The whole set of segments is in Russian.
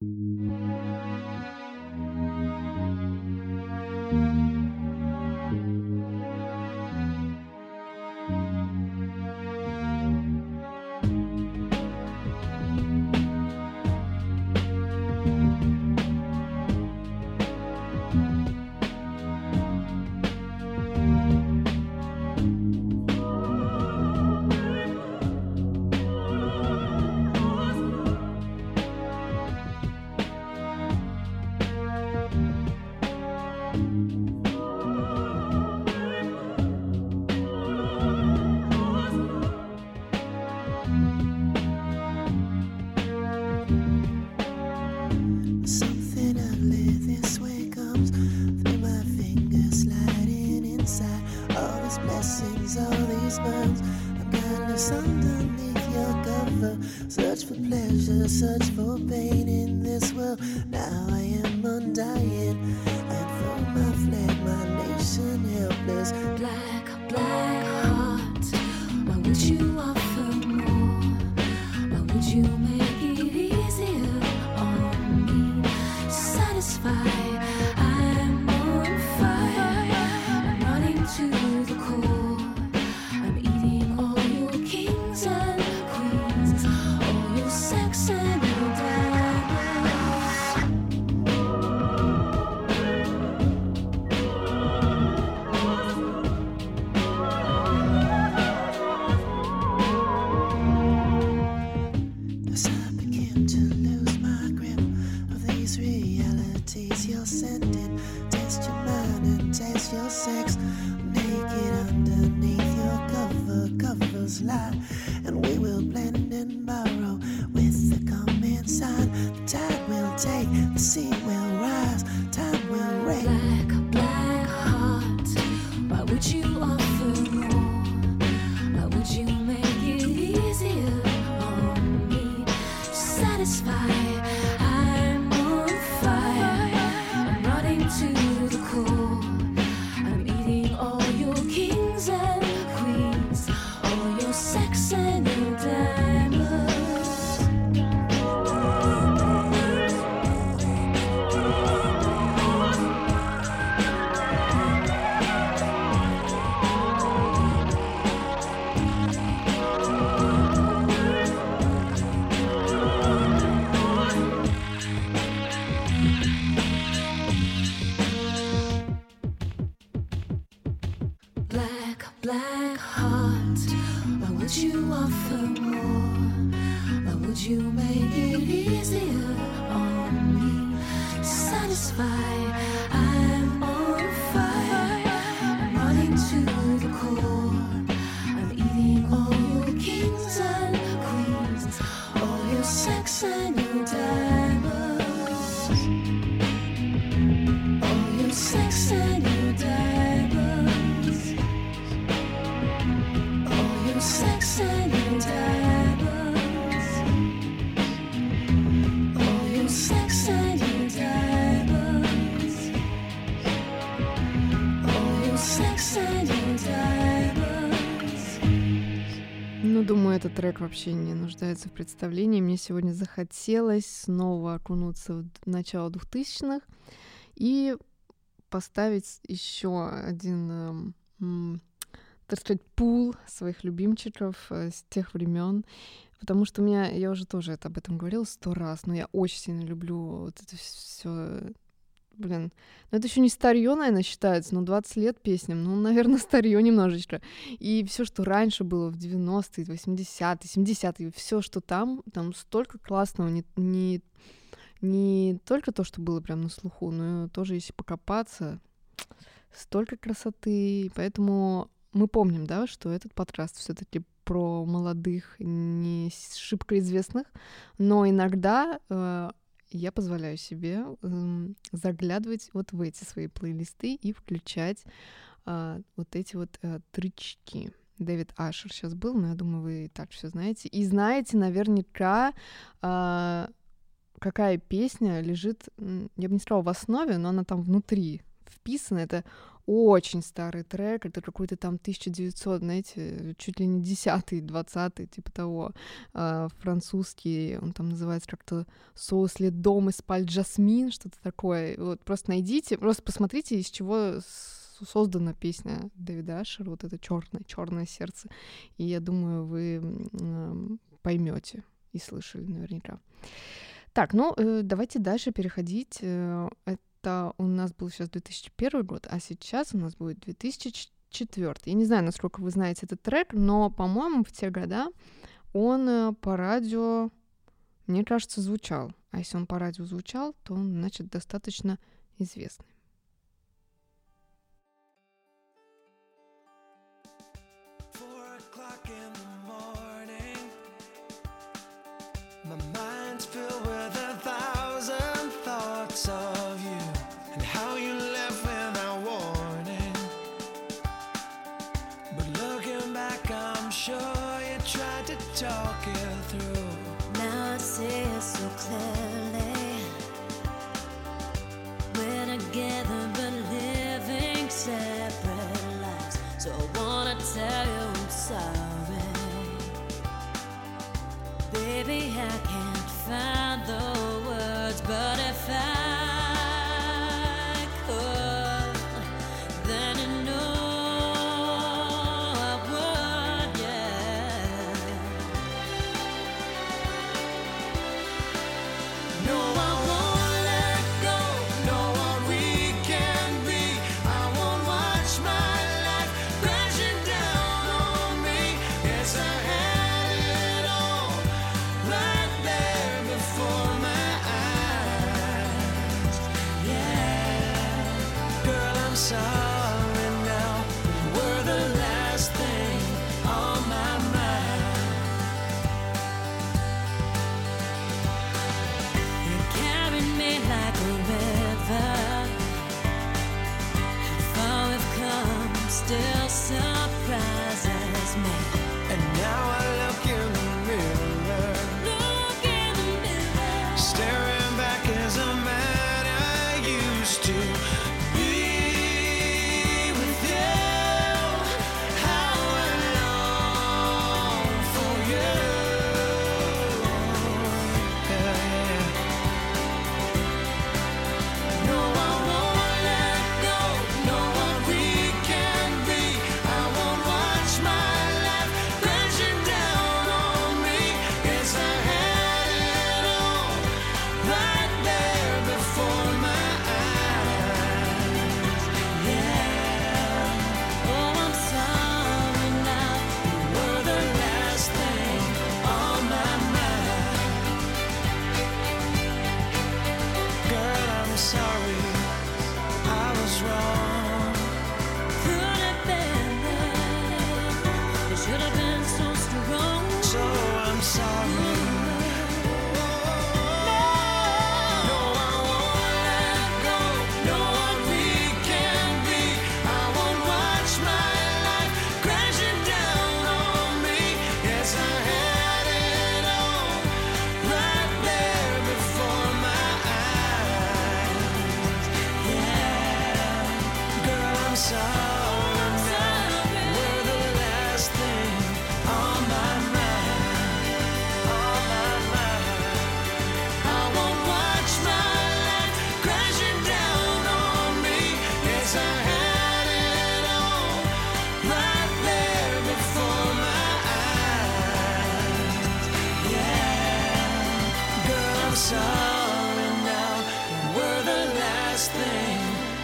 Something ugly this way comes through my fingers, sliding inside all these blessings, all these burns. I'm kindness underneath your cover. Search for pleasure, search for pain in this world. Now I am undying. And for my flag, my nation helpless. Black, black heart, why would you offer more? Why would you make it easier on me? Satisfy, I'm on fire. I'm running to the core. I'm eating all your kings and queens, all your sex and your diamonds. As I begin to lose my grip of these realities you're sending, test your mind and taste your sex. Naked underneath your covers lie, and we will blend and borrow with the coming sign. The tide will take, the sea will rise, time will reign. Black, black heart, why would you offer more? Why would you make it easier on me? Satisfy, I'm on fire. I'm running to the core. I'm eating all your kings and queens, all your sex and your diamonds. Black, black heart, why would you offer more? Why would you make it easier on me? Satisfy, I'm on fire. I'm running to the core. I'm eating all your kings and queens, all your sex and your diamonds, all your sex and your diamonds, all your sex and your diamonds, all your sex and your diamonds, all your sex and your diamonds. Ну, думаю, этот трек вообще не нуждается в представлении. Мне сегодня захотелось снова окунуться в начало 2000-х и поставить еще один, так сказать, пул своих любимчиков с тех времен, потому что у меня, я уже тоже об этом говорила 100 раз, но я очень сильно люблю вот это все. Блин, ну это еще не старье, наверное, считается, но 20 лет песням, ну, наверное, старье немножечко. И все, что раньше было в 90-е, 80-е, 70-е, все, что там столько классного, не только то, что было прям на слуху, но тоже, если покопаться, столько красоты. Поэтому мы помним, да, что этот подкаст все-таки про молодых, не шибко известных, но иногда я позволяю себе заглядывать вот в эти свои плейлисты и включать вот эти вот тречки. Дэвид Ашер сейчас был, но я думаю, вы и так все знаете. И знаете наверняка, какая песня лежит, я бы не сказала в основе, но она там внутри вписано. Это очень старый трек, это какой-то там 1900, знаете, чуть ли не 10-й, 20-й, типа того, французский, он там называется как-то «Соус ле дом из паль жасмин», что-то такое. Вот просто найдите, просто посмотрите, из чего создана песня Дэвида Ашера, вот это черное сердце. И я думаю, вы поймете и слышали наверняка. Так, давайте дальше переходить. Это у нас был сейчас 2001 год, а сейчас у нас будет 2004. Я не знаю, насколько вы знаете этот трек, но, по-моему, в те года он по радио, мне кажется, звучал. А если он по радио звучал, то он, значит, достаточно известный. My mind's filled with 1,000 thoughts of you and how you left without warning. But looking back, I'm sure you tried to talk it through. Now I see it so clearly. We're together but living separate lives. So I wanna tell you I'm sorry. Baby, I can't find the words, but if I could, then you know I would, yeah. No, I won't let go, know what we can be. I won't watch my life crashing down on me. Yes, I had it all right there before my eyes. Yeah, girl, I'm sorry now. We're the last thing on my mind. You carried me like a river. How far we've come still surprises me. And now I look in the mirror, Look in the mirror. staring back as a man I used to be with you. How I long for you. Yeah. No, I won't let go, know what we can be. I won't watch my life crashing down on me. Yes, I had it all right there before my eyes. Yeah. Oh, I'm sorry now. You were the last thing on my mind. Girl, I'm sorry, I was wrong. Could have been there. It should have been so strong. So I'm sorry. No, I won't let go, know what we can be. I won't watch my life crashing down on me. Yes, I had it all right there before my eyes. Yeah, girl, I'm sorry now. We're the last thing on my mind, on my mind. I won't watch my life crashing down on me. Yes, I had it all right there before my eyes. Yeah, girl, I'm sorry now. We're the last thing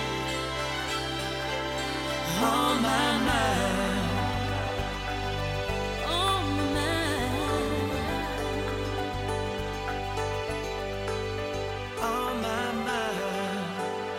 on my mind. On my mind. On my mind.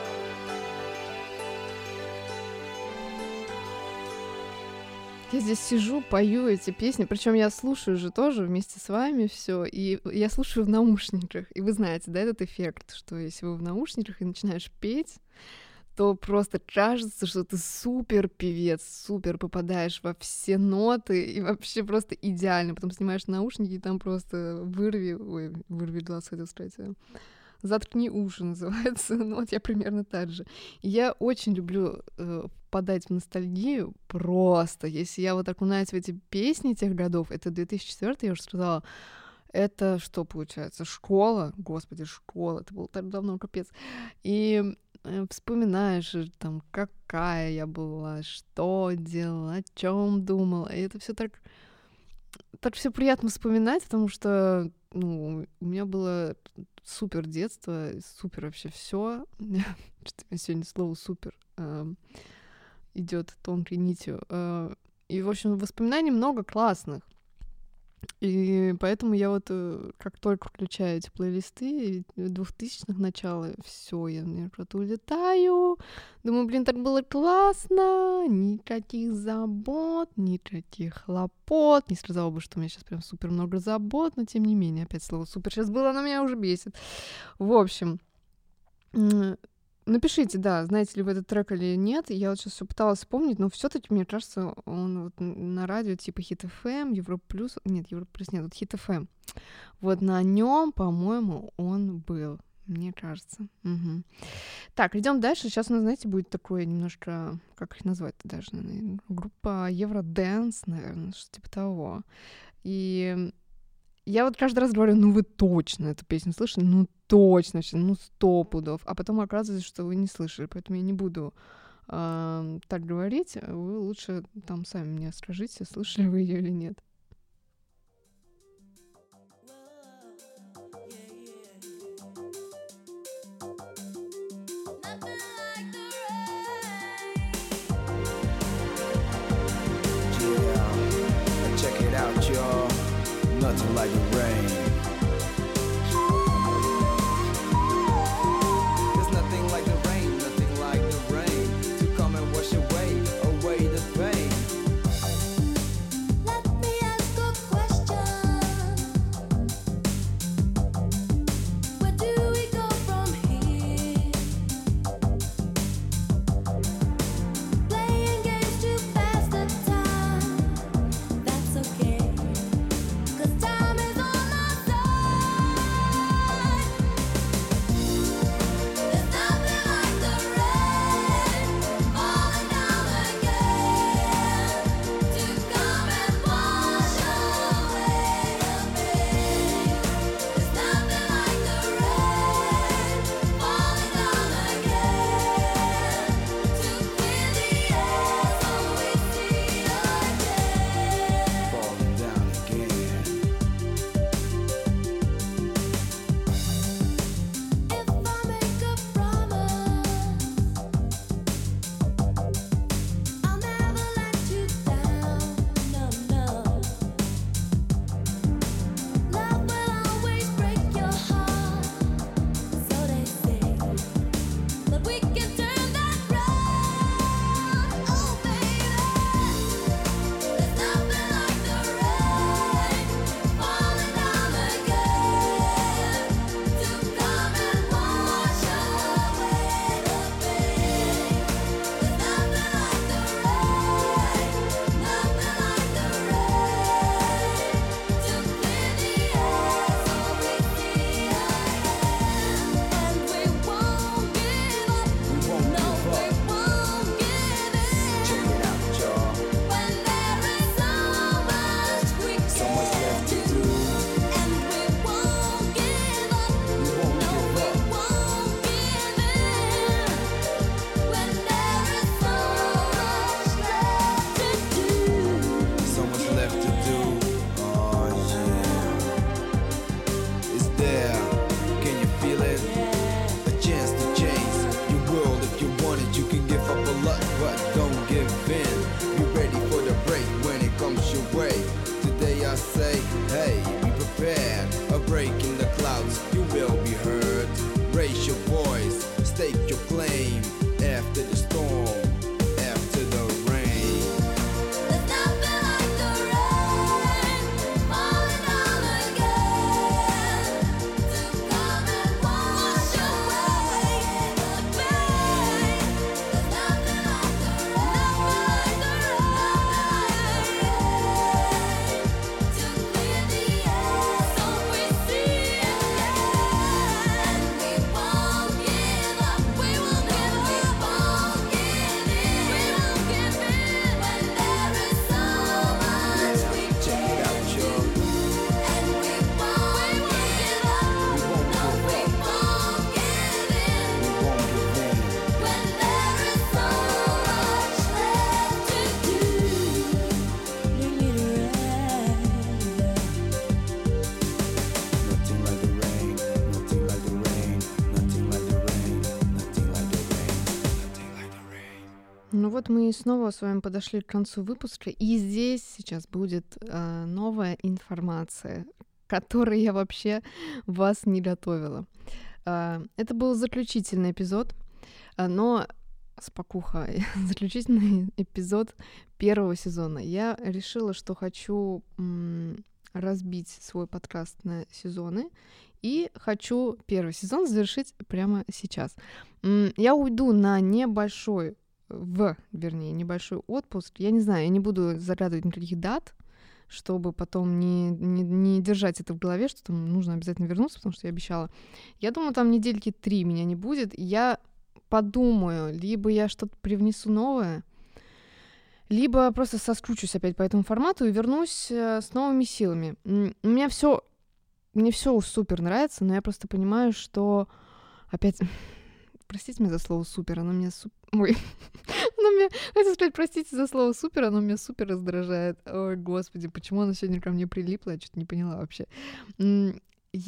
Я здесь сижу, пою эти песни, причем я слушаю же тоже вместе с вами все, и я слушаю в наушниках. И вы знаете, да, этот эффект, что если вы в наушниках и начинаешь петь, то просто кажется, что ты супер певец, супер попадаешь во все ноты и вообще просто идеально. Потом снимаешь наушники, и там просто вырви глаз, хотел сказать, «Заткни уши» называется. Ну, вот я примерно так же. И я очень люблю впадать в ностальгию просто. Если я вот окунаюсь в эти песни тех годов, это 2004, я уже сказала, это что получается? Школа? Господи, школа. Это было так давно, капец. И вспоминаешь там, какая я была, что делала, о чем думала. И это все так все приятно вспоминать, потому что у меня было супер детство, супер вообще все. Что-то у меня сегодня слово супер идет тонкой нитью. И, в общем, воспоминаний много классных. И поэтому я вот как только включаю эти плейлисты 2000-х начала, все, я куда-то улетаю. Думаю, блин, так было классно, никаких забот, никаких хлопот. Не сказала бы, что у меня сейчас прям супер много забот, но тем не менее, опять слово супер сейчас было, оно меня уже бесит. В общем, напишите, да, знаете ли вы этот трек или нет. Я вот сейчас все пыталась вспомнить, но все-таки, мне кажется, он вот на радио типа Hit FM, Европа Плюс, нет, Европа Плюс нет, вот Hit FM. Вот на нем, по-моему, он был, мне кажется. Угу. Так, идем дальше. Сейчас у нас, знаете, будет такое немножко, как их назвать-то даже, наверное, группа Евродэнс, наверное, что-то типа того. И я вот каждый раз говорю, ну вы точно эту песню слышали, ну точно, 100 пудов. А потом оказывается, что вы не слышали, поэтому я не буду так говорить. Вы лучше там сами мне скажите, слышали вы ее или нет. Nothing like the rain. There's nothing like the rain, nothing like the rain to come and wash away the pain. Let me ask a question. Where do we go from here? Playing games to pass the time. That's okay. 'Cause time is on our вот мы снова с вами подошли к концу выпуска, и здесь сейчас будет новая информация, к которой я вообще вас не готовила. Это был заключительный эпизод, но спокуха, заключительный эпизод первого сезона. Я решила, что хочу разбить свой подкаст на сезоны, и хочу первый сезон завершить прямо сейчас. Я уйду на небольшой отпуск. Я не знаю, я не буду загадывать никаких дат, чтобы потом не держать это в голове, что там нужно обязательно вернуться, потому что я обещала. Я думаю, там недельки 3 меня не будет. Я подумаю, либо я что-то привнесу новое, либо просто соскучусь опять по этому формату и вернусь с новыми силами. Мне все супер нравится, но я просто понимаю, что опять... Простите меня за слово «супер», оно меня... Хотела сказать, простите за слово «супер», оно меня супер раздражает. Ой, господи, почему оно сегодня ко мне прилипло, я что-то не поняла вообще. Мне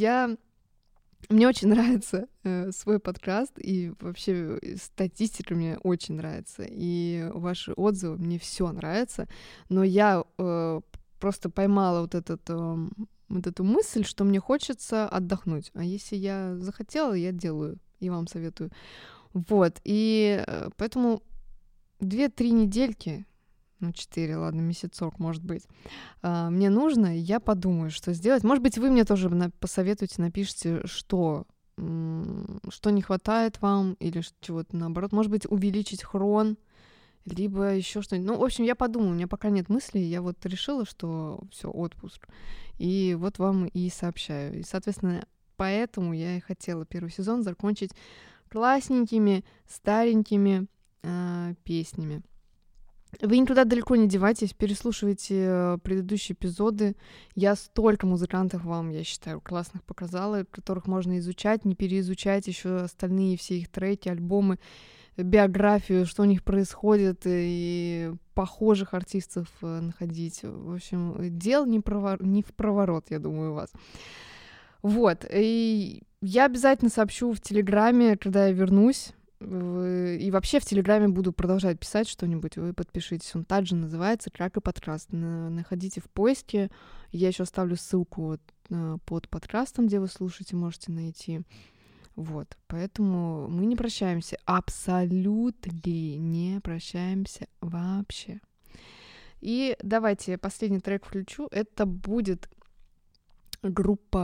очень нравится свой подкаст, и вообще статистика мне очень нравится, и ваши отзывы, мне все нравится, но я просто поймала вот эту мысль, что мне хочется отдохнуть. А если я захотела, я делаю, и вам советую. Вот, и поэтому 2-3 недельки, 4, ладно, месяцок, может быть, мне нужно, я подумаю, что сделать. Может быть, вы мне тоже посоветуете, напишите, что не хватает вам, или чего-то наоборот. Может быть, увеличить хрон, либо еще что-нибудь. В общем, я подумаю, у меня пока нет мыслей, я вот решила, что все, отпуск. И вот вам и сообщаю. И, соответственно, поэтому я и хотела первый сезон закончить классненькими, старенькими песнями. Вы никуда далеко не девайтесь, переслушивайте предыдущие эпизоды. Я столько музыкантов вам, я считаю, классных показала, которых можно изучать, не переизучать еще остальные все их треки, альбомы, биографию, что у них происходит, и похожих артистов находить. В общем, дел не в проворот, я думаю, у вас. Вот, и я обязательно сообщу в Телеграме, когда я вернусь, и вообще в Телеграме буду продолжать писать что-нибудь, вы подпишитесь, он также называется «Как и подкаст». Находите в поиске, я еще оставлю ссылку под подкастом, где вы слушаете, можете найти. Вот, поэтому мы не прощаемся, абсолютно не прощаемся вообще. И давайте последний трек включу, это будет группа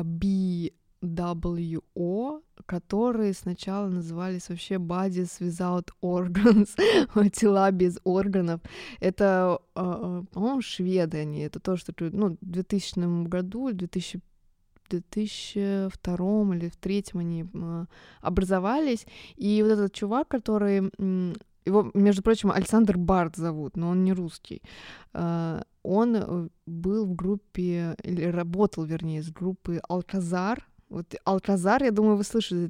BWO, которые сначала назывались вообще Bodies Without Organs, тела без органов. Это, по-моему, шведы они, это тоже такое, в 2000 году, 2002 или в 2003 они образовались, и вот этот чувак, который... Его, между прочим, Александр Барт зовут, но он не русский. Он был в группе, или работал, вернее, с группой Алказар. Вот Алказар, я думаю, вы слышите.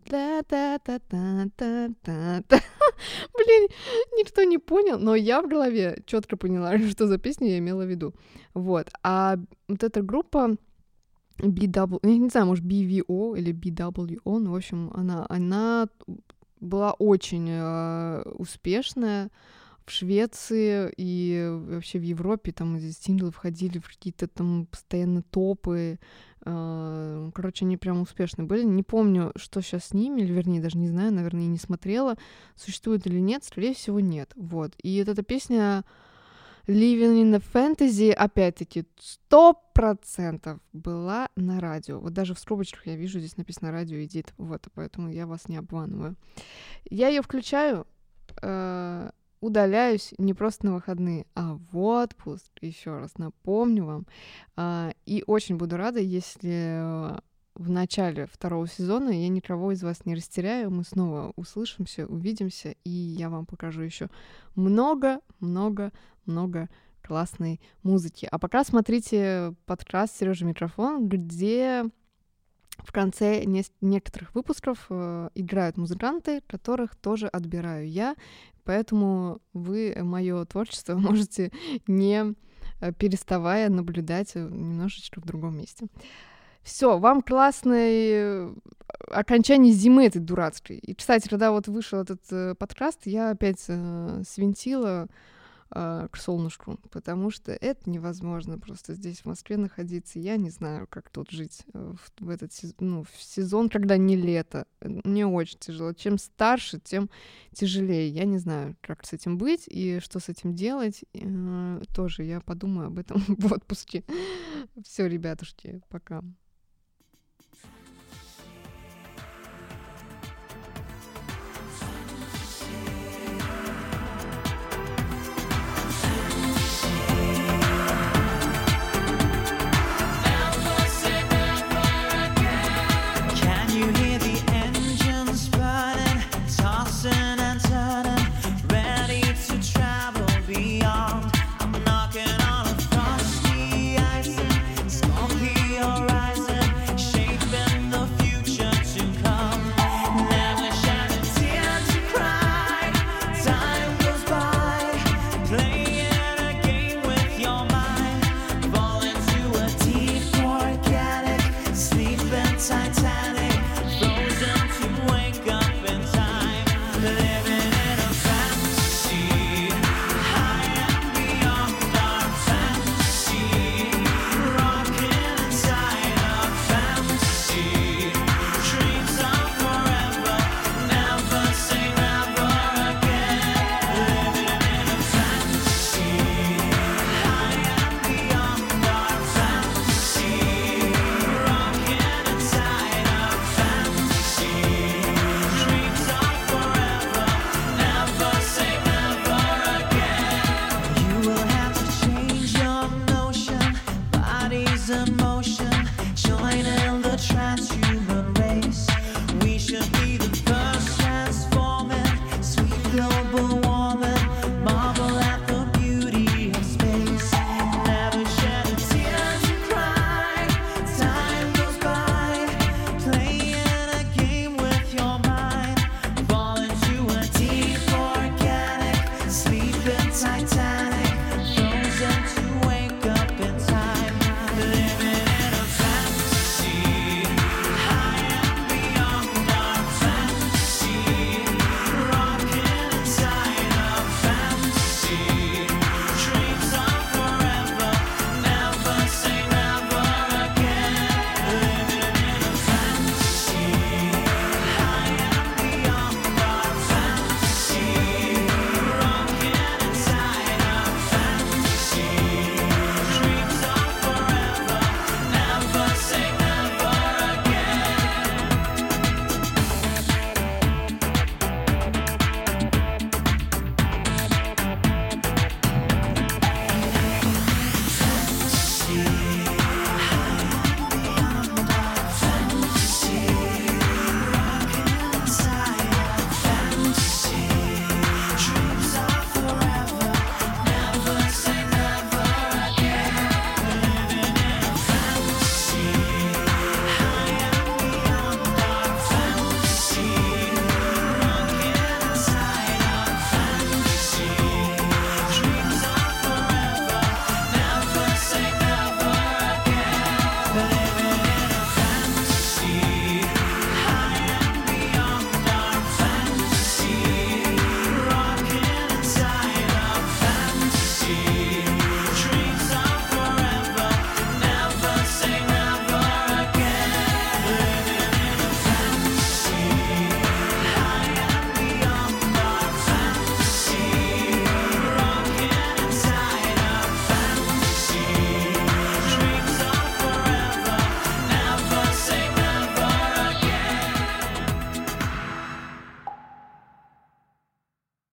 Блин, никто не понял, но я в голове четко поняла, что за песню я имела в виду. Вот. А вот эта группа BW, я не знаю, может, BVO или BWO, ну, в общем, она была очень успешная в Швеции и вообще в Европе. Там эти синглы входили в какие-то там постоянно топы. Короче, они прям успешные были. Не помню, что сейчас с ними, или, вернее, даже не знаю, наверное, и не смотрела, существует или нет. Скорее всего, нет. Вот. И вот эта песня Living in the Fantasy, опять-таки, 100% была на радио. Вот даже в скобочках я вижу, здесь написано «Радио Эдит». Вот, поэтому я вас не обманываю. Я ее включаю, удаляюсь не просто на выходные, а в отпуск. Еще раз напомню вам. И очень буду рада, если в начале второго сезона я никого из вас не растеряю. Мы снова услышимся, увидимся, и я вам покажу еще много классной музыки. А пока смотрите подкаст «Сережа Микрофон», где в конце некоторых выпусков играют музыканты, которых тоже отбираю я. Поэтому вы мое творчество можете, не переставая, наблюдать немножечко в другом месте. Все, вам классной окончание зимы этой дурацкой. И, кстати, когда вот вышел этот подкаст, я опять свинтила к солнышку, потому что это невозможно просто здесь, в Москве, находиться. Я не знаю, как тут жить в этот в сезон, когда не лето. Мне очень тяжело. Чем старше, тем тяжелее. Я не знаю, как с этим быть и что с этим делать. Тоже я подумаю об этом в отпуске. Все, ребятушки, пока.